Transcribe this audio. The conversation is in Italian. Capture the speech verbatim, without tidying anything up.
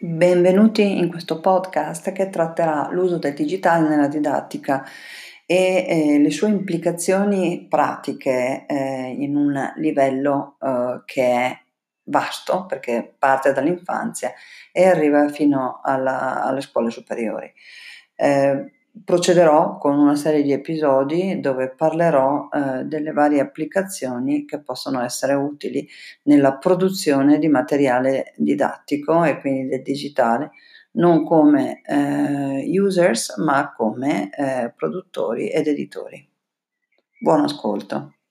Benvenuti in questo podcast che tratterà l'uso del digitale nella didattica e eh, le sue implicazioni pratiche eh, in un livello eh, che è vasto, perché parte dall'infanzia e arriva fino alla- alle scuole superiori. Eh, procederò con una serie di episodi dove parlerò eh, delle varie applicazioni che possono essere utili nella produzione di materiale didattico e quindi del digitale, non come eh, users, ma come eh, produttori ed editori. Buon ascolto.